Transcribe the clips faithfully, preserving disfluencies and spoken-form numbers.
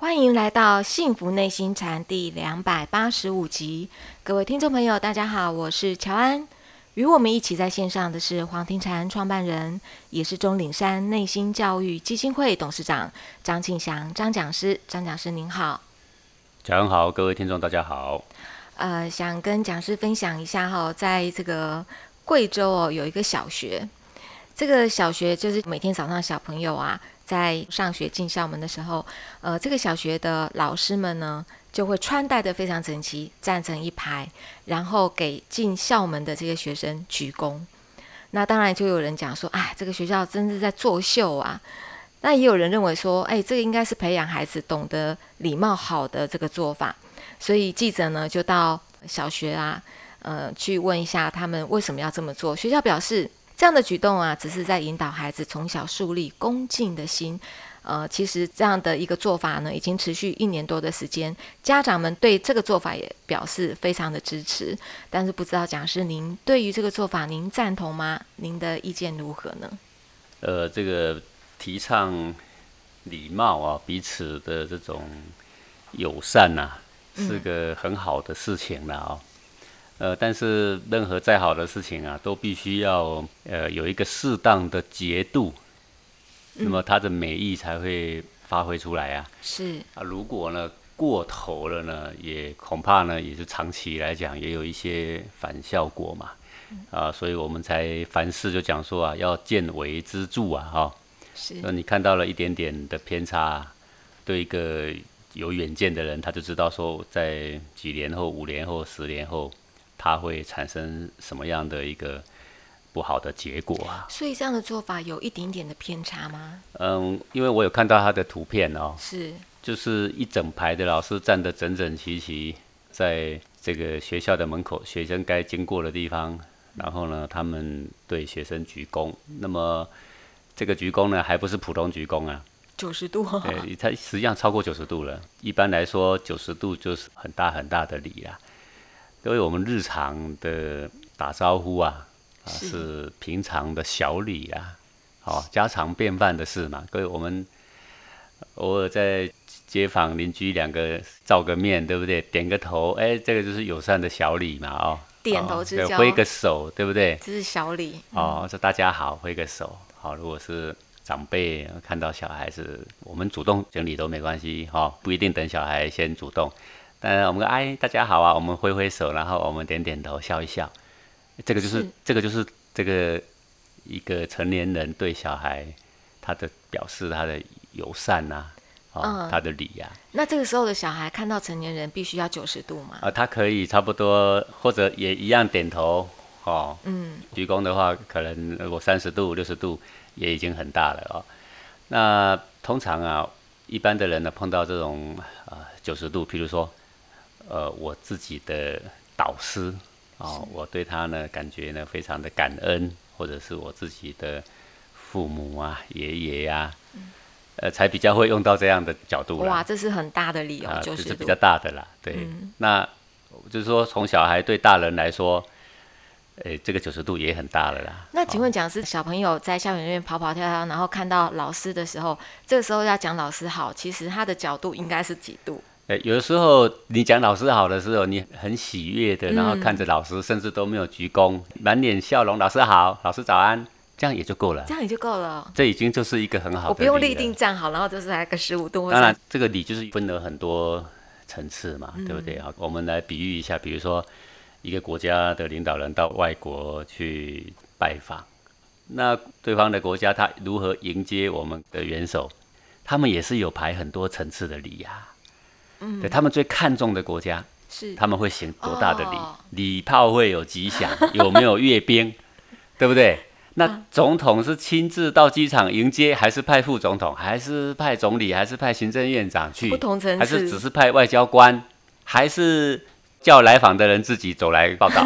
欢迎来到幸福内心禅第两百八十五集，各位听众朋友，大家好，我是乔安。与我们一起在线上的是黄庭禅创办人，也是钟岭山内心教育基金会董事长张庆祥张讲师。张讲师您好。 乔安好，各位听众大家好。 呃，想跟讲师分享一下哈，在这个贵州哦有一个小学，这个小学就是每天早上小朋友啊在上学进校门的时候，呃，这个小学的老师们呢就会穿戴得非常整齐，站成一排，然后给进校门的这些学生鞠躬。那当然就有人讲说，哎，这个学校真是在作秀啊。那也有人认为说，哎，这个应该是培养孩子懂得礼貌好的这个做法。所以记者呢就到小学啊，呃，去问一下他们为什么要这么做。学校表示，这样的举动啊，只是在引导孩子从小树立恭敬的心。呃，其实这样的一个做法呢，已经持续一年多的时间，家长们对这个做法也表示非常的支持。但是不知道讲师您对于这个做法，您赞同吗？您的意见如何呢？ 呃，这个提倡礼貌啊，彼此的这种友善啊，是个很好的事情了啊、哦。呃，但是任何再好的事情啊，都必须要呃有一个适当的节度，那么它的美意才会发挥出来啊。 是啊，如果呢过头了呢，也恐怕呢也是长期来讲也有一些反效果嘛。啊，所以我们才凡事就讲说啊，要见微知著啊，哈、哦。 是。 那你看到了一点点的偏差，对一个有远见的人，他就知道说，在几年后、五年后、十年后，他会产生什么样的一个不好的结果啊？ 所以这样的做法有一点点的偏差吗？ 嗯，因为我有看到他的图片哦， 是， 就是一整排的老师站得整整齐齐，在这个学校的门口，学生该经过的地方，然后呢，他们对学生鞠躬。那么这个鞠躬呢，还不是普通鞠躬啊， 九十度、哦。 对，它实际上超过九十度了。一般来说，九十度就是很大很大的礼啦。因为我们日常的打招呼啊，啊是, 是平常的小礼啦，哦，家常便饭的事嘛。各位，我们偶尔在街坊邻居两个照个面，对不对？点个头，哎，这个就是友善的小礼嘛，哦， 点头之交， 挥个手，对不对？ 这是小礼。 哦，说大家好，挥个手。好，如果是长辈看到小孩子，我们主动整理都没关系，哈、哦，不一定等小孩先主动。当然，我们哎，大家好啊，我们挥挥手，然后我们点点头，笑一笑。这个就是，是这个就是这个一个成年人对小孩他的表示他的友善呐、啊。哦嗯、他的礼呀、啊， 那这个时候的小孩看到成年人必须要九十度吗？ 啊、呃，他可以差不多，或者也一样点头，哦，嗯，鞠躬的话，可能如果三十度、六十度也已经很大了哦。那通常啊，一般的人呢碰到这种啊九十度，譬如说，呃，我自己的导师哦，我对他呢感觉呢非常的感恩，或者是我自己的父母啊、爷爷呀、啊。嗯呃，才比较会用到这样的角度啦。 哇，这是很大的理由， 啊、 就是这是比较大的啦。对，嗯、那就是说从小孩对大人来说，呃，这个九十度也很大了啦。 那请问讲师，小朋友在校园里面跑跑跳跳，然后看到老师的时候，这个时候要讲老师好，其实他的角度应该是几度？ 呃，有的时候你讲老师好的时候，你很喜悦的，然后看着老师，嗯、甚至都没有鞠躬，满脸笑容，老师好，老师早安。这样也就够了， 这样也就够了。 这已经就是一个很好的礼了。 我不用立定站好，然后就是来个十五度。 当然，这个礼就是分了很多层次嘛， 嗯、 对不对？好，我们来比喻一下，比如说一个国家的领导人到外国去拜访，那对方的国家他如何迎接我们的元首？他们也是有排很多层次的礼呀、啊。嗯，对他们最看重的国家是他们会行多大的礼？哦、礼炮会有吉祥，有没有阅兵？对不对？那总统是亲自到机场迎接，还是派副总统，还是派总理，还是派行政院长去？ 不同层次， 还是只是派外交官，还是叫来访的人自己走来报道？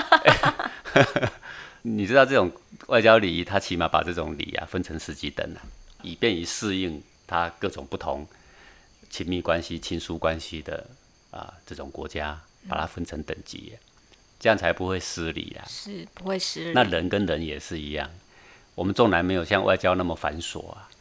你知道这种外交礼仪，他起码把这种礼啊分成十几等啊，以便于适应他各种不同亲密关系、亲疏关系的啊这种国家，把它分成等级。这样才不会失礼啊！ 是不会失礼。 那人跟人也是一样，我们纵然没有像外交那么繁琐啊，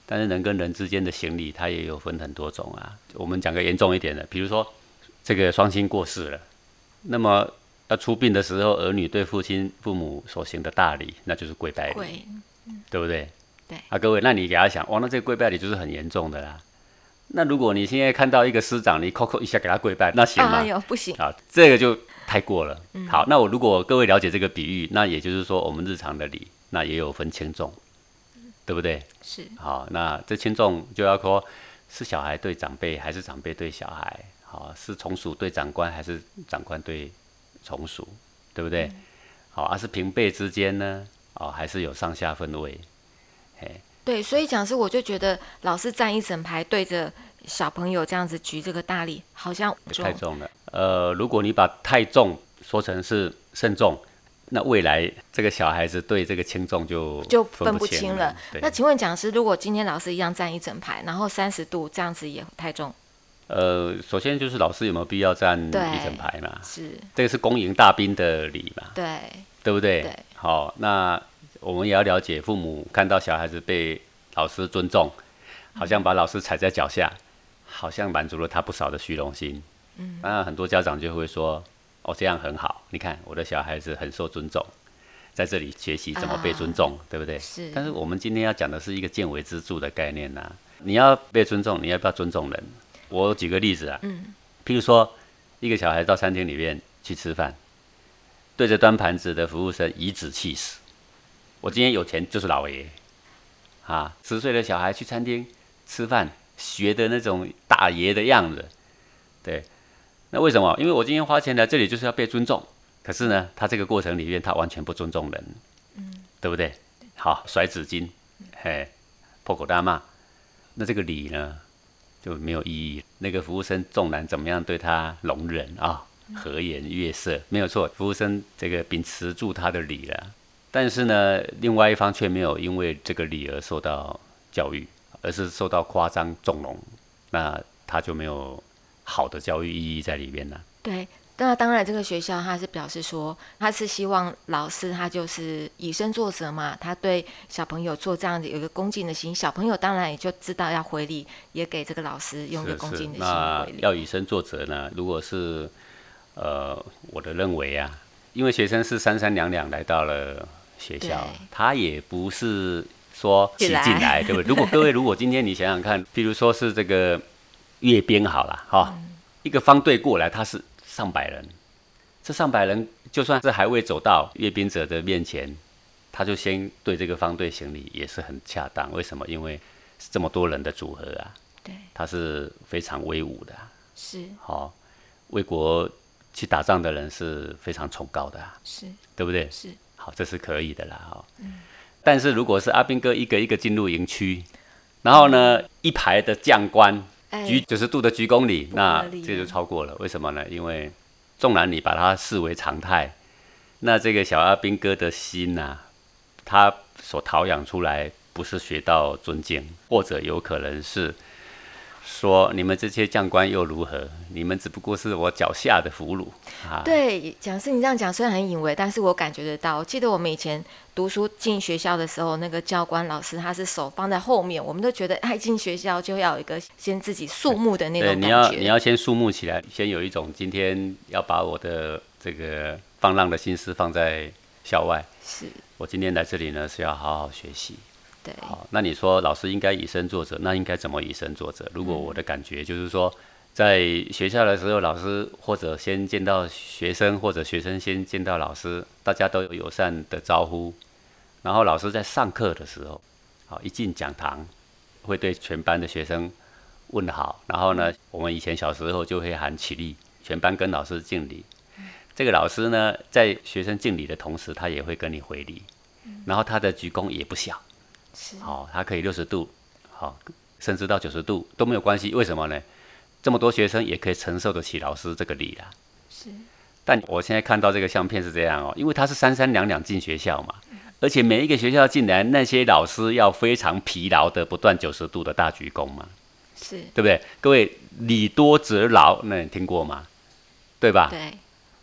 但是人跟人之间的行礼，它也有分很多种啊。我们讲个严重一点的，比如说这个双亲过世了，那么要出殡的时候，儿女对父亲、父母所行的大礼，那就是跪拜礼，对不对？ 对。 啊，各位，那你给他想，哇，那这个跪拜礼就是很严重的啦。那如果你现在看到一个师长，你扣扣一下给他跪拜，那行吗？ 哎呦，不行啊，这个就太过了。 嗯、 好，那我如果各位了解这个比喻，那也就是说，我们日常的礼，那也有分轻重，对不对？ 是。 好，那这轻重就要说，是小孩对长辈，还是长辈对小孩？好，是从属对长官，还是长官对从属？对不对？嗯、好，而、啊、是平辈之间呢？哦，还是有上下分位？嘿。 对，所以讲师我就觉得老师站一整排对着小朋友这样子举这个大礼，好像太重了。呃，如果你把太重说成是慎重，那未来这个小孩子对这个轻重就就分不分不清了。那请问讲师，如果今天老师一样站一整排，然后三十度这样子也太重？ 呃，首先就是老师有没有必要站一整排嘛？ 是， 这个是恭迎大宾的礼嘛？ 对， 对不对？ 对。 好，那我们也要了解父母看到小孩子被老师尊重，好像把老师踩在脚下，好像满足了他不少的虚荣心。嗯，那很多家长就会说：“哦，这样很好，你看我的小孩子很受尊重，在这里学习怎么被尊重，啊、对不对？” 是。 但是我们今天要讲的是一个见微知著的概念呐、啊。你要被尊重，你要不要尊重人？我举个例子啊，嗯，譬如说一个小孩到餐厅里面去吃饭，对着端盘子的服务生颐指气使。我今天有钱就是老爷，啊，十岁的小孩去餐厅吃饭，学的那种大爷的样子，对，那为什么？因为我今天花钱来这里就是要被尊重，可是呢，他这个过程里面他完全不尊重人，嗯，对不对？好，甩纸巾，嘿，破口大骂，那这个礼呢就没有意义。那个服务生纵然怎么样对他容忍啊，和颜悦色，没有错，服务生这个秉持住他的礼了。但是呢，另外一方却没有因为这个礼而受到教育，而是受到夸张纵容，那他就没有好的教育意义在里面了。 对，那当然这个学校他是表示说，他是希望老师他就是以身作则嘛，他对小朋友做这样子有一个恭敬的心，小朋友当然也就知道要回礼，也给这个老师用一个恭敬的心回礼。 那要以身作则呢？如果是呃我的认为啊，因为学生是三三两两来到了学校，他也不是说挤进来，对不对？如果各位，如果今天你想想看，譬如说是这个阅兵好了哈、嗯，一个方队过来，他是上百人，这上百人就算是还未走到阅兵者的面前，他就先对这个方队行礼，也是很恰当。为什么？因为是这么多人的组合啊， 对， 他是非常威武的、啊， 是好、哦，为国去打仗的人是非常崇高的、啊， 是， 对不对？ 是。 好，这是可以的啦，哈、哦嗯。但是如果是阿兵哥一个一个进入营区，然后呢，嗯、一排的将官鞠九十度的鞠躬礼，那这就超过了。为什么呢？因为纵然你把它视为常态，那这个小阿兵哥的心呐、啊，他所陶养出来不是学到尊敬，或者有可能是说你们这些将官又如何？你们只不过是我脚下的俘虏啊！ 对，讲师你这样讲虽然很隐微，但是我感觉得到。我记得我们以前读书进学校的时候，那个教官老师他是手放在后面，我们都觉得哎，进学校就要有一个先自己肃穆的那种感觉。 对，你要你要先肃穆起来，先有一种今天要把我的这个放浪的心思放在校外。 是，我今天来这里呢是要好好学习。 对， 好，那你说老师应该以身作则，那应该怎么以身作则？如果我的感觉就是说，在学校的时候，老师或者先见到学生，或者学生先见到老师，大家都有友善的招呼。然后老师在上课的时候，好，一进讲堂，会对全班的学生问好。然后呢，我们以前小时候就会喊起立，全班跟老师敬礼。这个老师呢，在学生敬礼的同时，他也会跟你回礼。然后他的鞠躬也不小。好，它可以六十度，好，甚至到九十度都没有关系。为什么呢？这么多学生也可以承受得起老师这个礼啦。 是。 但我现在看到这个相片是这样哦，因为他是三三两两进学校嘛，而且每一个学校进来，那些老师要非常疲劳的不断九十度的大鞠躬嘛， 是， 对不对？各位礼多则劳，那你听过吗？对吧？ 对。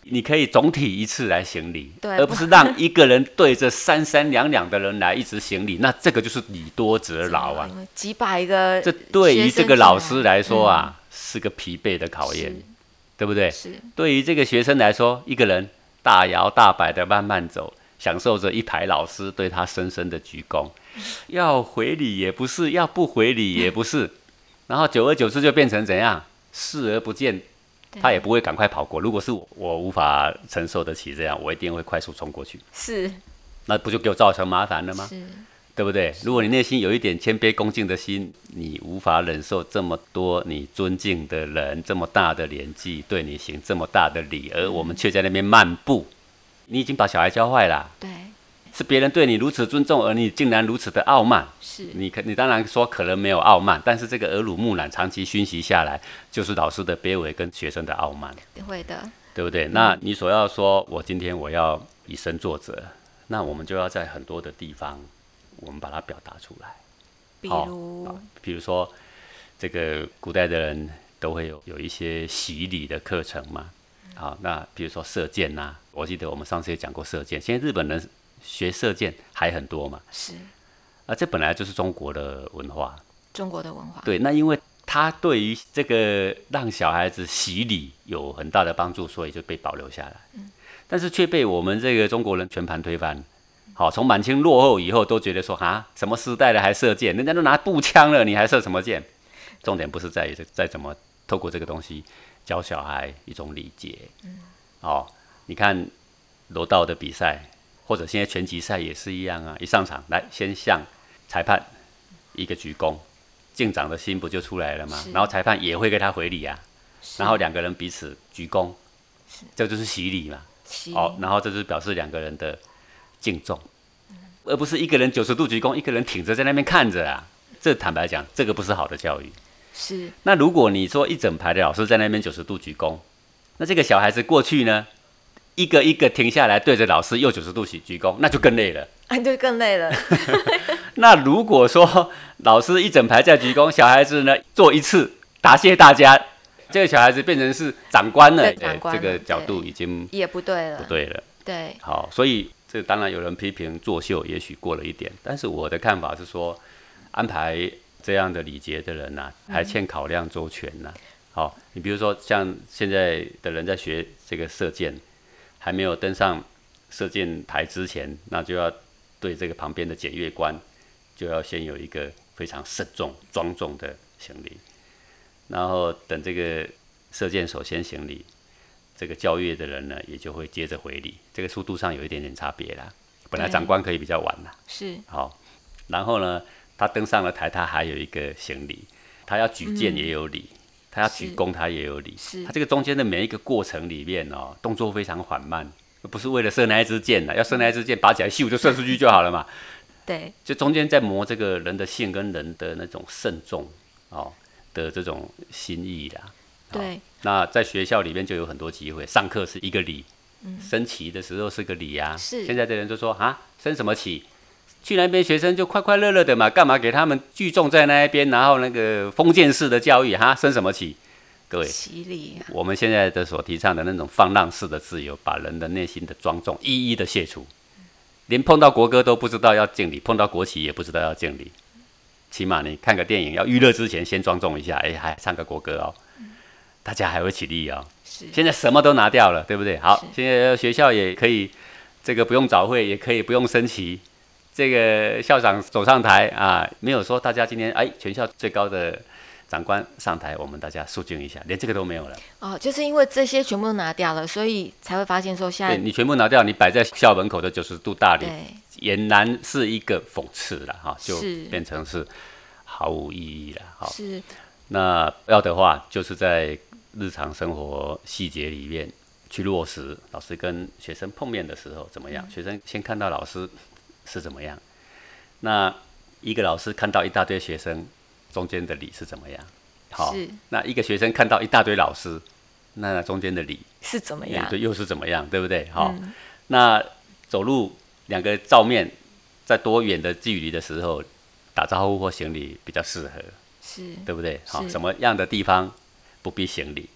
你可以总体一次来行礼， 对， 而不是让一个人对着三三两两的人来一直行礼，那这个就是礼多责劳啊。 几百个， 这对于这个老师来说啊，嗯、是个疲惫的考验，对不对？ 是。对于这个学生来说，一个人大摇大摆的慢慢走，享受着一排老师对他深深的鞠躬，嗯、要回礼也不是，要不回礼也不是，然后久而久之就变成怎样？视而不见。他也不会赶快跑过。如果是我，我无法承受得起这样，我一定会快速冲过去。 是， 那不就给我造成麻烦了吗？ 是， 对不对？如果你内心有一点谦卑恭敬的心，你无法忍受这么多你尊敬的人，这么大的年纪对你行这么大的礼，而我们却在那边漫步，你已经把小孩教坏了。 对。 是别人对你如此尊重，而你竟然如此的傲慢。 是你可你当然说可能没有傲慢，但是这个耳濡目染长期熏习下来，就是老师的卑微跟学生的傲慢。 会的， 对不对？嗯、那你所要说，我今天我要以身作则，那我们就要在很多的地方，我们把它表达出来。 比如， 哦、比如说，这个古代的人都会有有一些洗礼的课程嘛。好，那比如说射箭呐、啊，我记得我们上次也讲过射箭，现在日本人学射箭还很多嘛， 是， 啊，这本来就是中国的文化， 中国的文化， 对，那因为他对于这个让小孩子洗礼有很大的帮助，所以就被保留下来，嗯、但是却被我们这个中国人全盘推翻。好，从满清落后以后，都觉得说啊，什么时代了还射箭，人家都拿步枪了，你还射什么箭？重点不是在于再怎么透过这个东西教小孩一种礼节，嗯，哦，你看柔道的比赛。或者现在拳击赛也是一样啊，一上场来先向裁判一个鞠躬，敬长的心不就出来了吗？然后裁判也会给他回礼啊，然后两个人彼此鞠躬，这就是洗礼嘛。哦，然后这就是表示两个人的敬重，嗯、而不是一个人九十度鞠躬，一个人挺着在那边看着啊。这坦白讲，这个不是好的教育。 是。那如果你说一整排的老师在那边九十度鞠躬，那这个小孩子过去呢？一个一个停下来，对着老师又九十度鞠躬，那就更累了。 啊，就更累了。 那如果说老师一整排在鞠躬，小孩子呢做一次，答谢大家，这个小孩子变成是长官了， 长官了， 这个角度已经也不对了， 不对了。 对， 好，所以这当然有人批评作秀，也许过了一点，但是我的看法是说，安排这样的礼节的人呐、啊，还欠考量周全呐、啊。好、嗯，你比如说像现在的人在学这个射箭。还没有登上射箭台之前，那就要对这个旁边的检阅官，就要先有一个非常慎重、庄重的行礼，然后等这个射箭手先行礼，这个教阅的人呢，也就会接着回礼，这个速度上有一点点差别啦。本来长官可以比较晚啦， 是好，然后呢，他登上了台，他还有一个行礼，他要举剑也有礼。嗯他要鞠躬，他也有礼。他这个中间的每一个过程里面哦，动作非常缓慢，不是为了射那一支箭的，要射那一支箭，拔起来咻就射出去就好了嘛。 对， 就中间在磨这个人的性跟人的那种慎重哦的这种心意啦。 对、哦， 那在学校里面就有很多机会，上课是一个礼，嗯、升旗的时候是个礼啊。 是， 现在的人就说啊，升什么旗？去那边学生就快快乐乐的嘛，干嘛给他们聚众在那一边，然后那个封建式的教育哈，升什么旗？各位， 洗礼啊、 我们现在的所提倡的那种放浪式的自由，把人的内心的庄重一一的卸除，连碰到国歌都不知道要敬礼，碰到国旗也不知道要敬礼。起码你看个电影要娱乐之前先庄重一下，哎，还唱个国歌哦，大家还会起立哦。现在什么都拿掉了，对不对？好，现在学校也可以，这个不用早会，也可以不用升旗。这个校长走上台啊，没有说大家今天哎，全校最高的长官上台，我们大家肃静一下，连这个都没有了。 哦，就是因为这些全部都拿掉了，所以才会发现说现在对你全部拿掉，你摆在校门口的九十度大礼，俨然是一个讽刺了哈，就变成是毫无意义了。好， 是。 那要的话，就是在日常生活细节里面去落实。老师跟学生碰面的时候怎么样？嗯、学生先看到老师是怎么样？那一个老师看到一大堆学生，中间的礼是怎么样？好，那一个学生看到一大堆老师，那中间的礼是怎么样？ 对，又是怎么样？对不对？好、嗯，那走路两个照面，在多远的距离的时候打招呼或行礼比较适合？ 是， 对不对？好，什么样的地方不必行礼？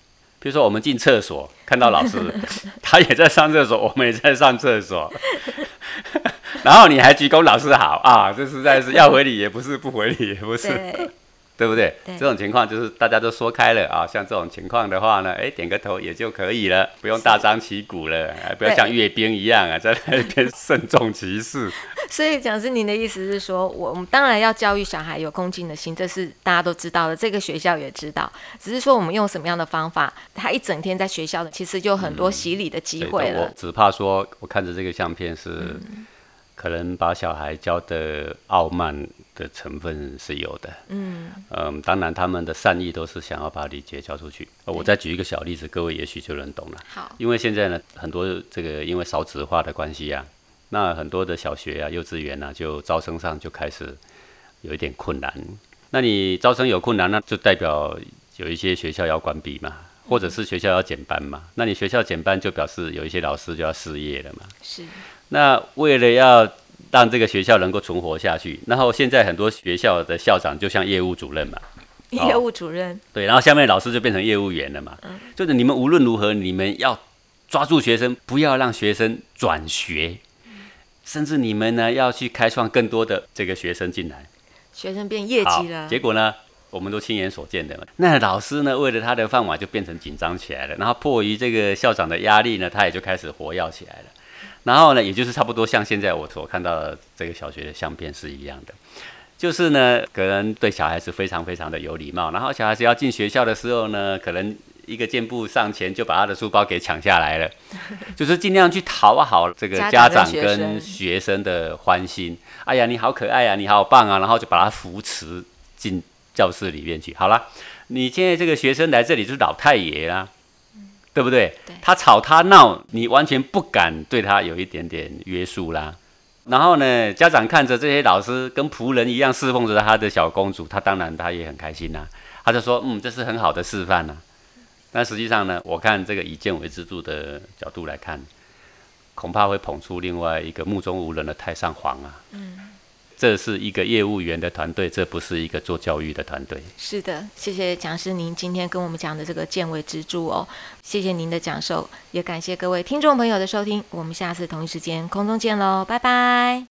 比如说我们进厕所看到老师，他也在上厕所，我们也在上厕所，然后你还鞠躬老师好啊，这实在是要回礼也不是，不回礼也不是。 对对不对？ 对这种情况就是大家都说开了啊，像这种情况的话呢，哎，点个头也就可以了，不用大张旗鼓了，哎，不要像阅兵一样啊，在那边慎重其事。 所以讲师您的意思是说，我们当然要教育小孩有恭敬的心，这是大家都知道的，这个学校也知道，只是说我们用什么样的方法，他一整天在学校的，其实就很多洗礼的机会了。 嗯、我只怕说，我看着这个相片是。嗯可能把小孩教的傲慢的成分是有的，嗯嗯，当然他们的善意都是想要把礼节教出去。我再举一个小例子，各位也许就能懂了。 好， 因为现在呢，很多这个因为少子化的关系啊，那很多的小学啊、幼稚园啊，就招生上就开始有一点困难。那你招生有困难，那就代表有一些学校要关闭嘛，或者是学校要减班嘛。那你学校减班，就表示有一些老师就要失业了嘛。 是。 那为了要让这个学校能够存活下去，然后现在很多学校的校长就像业务主任嘛， 业务主任、哦、 对，然后下面的老师就变成业务员了嘛。嗯、就是你们无论如何，你们要抓住学生，不要让学生转学，嗯、甚至你们呢要去开创更多的这个学生进来， 学生变业绩了。 结果呢，我们都亲眼所见的嘛。那老师呢，为了他的饭碗就变成紧张起来了，然后迫于这个校长的压力呢，他也就开始活跃起来了。然后呢，也就是差不多像现在我所看到的这个小学的相片是一样的，就是呢，可能对小孩子非常非常的有礼貌，然后小孩子要进学校的时候呢，可能一个箭步上前就把他的书包给抢下来了，就是尽量去讨好这个家长跟学生的欢心。哎呀，你好可爱啊，你好棒啊，然后就把他扶持进教室里面去。好了，你现在这个学生来这里就是老太爷啦。对不 对, 对？他吵他闹，你完全不敢对他有一点点约束啦。然后呢，家长看着这些老师跟仆人一样侍奉着他的小公主，他当然他也很开心啦。他就说，嗯，这是很好的示范啦。但实际上呢，我看这个以见微知著的角度来看，恐怕会捧出另外一个目中无人的太上皇啊。嗯。这是一个业务员的团队，这不是一个做教育的团队。 是的，谢谢讲师您今天跟我们讲的这个见微知著哦，谢谢您的讲授，也感谢各位听众朋友的收听，我们下次同一时间空中见喽，拜拜。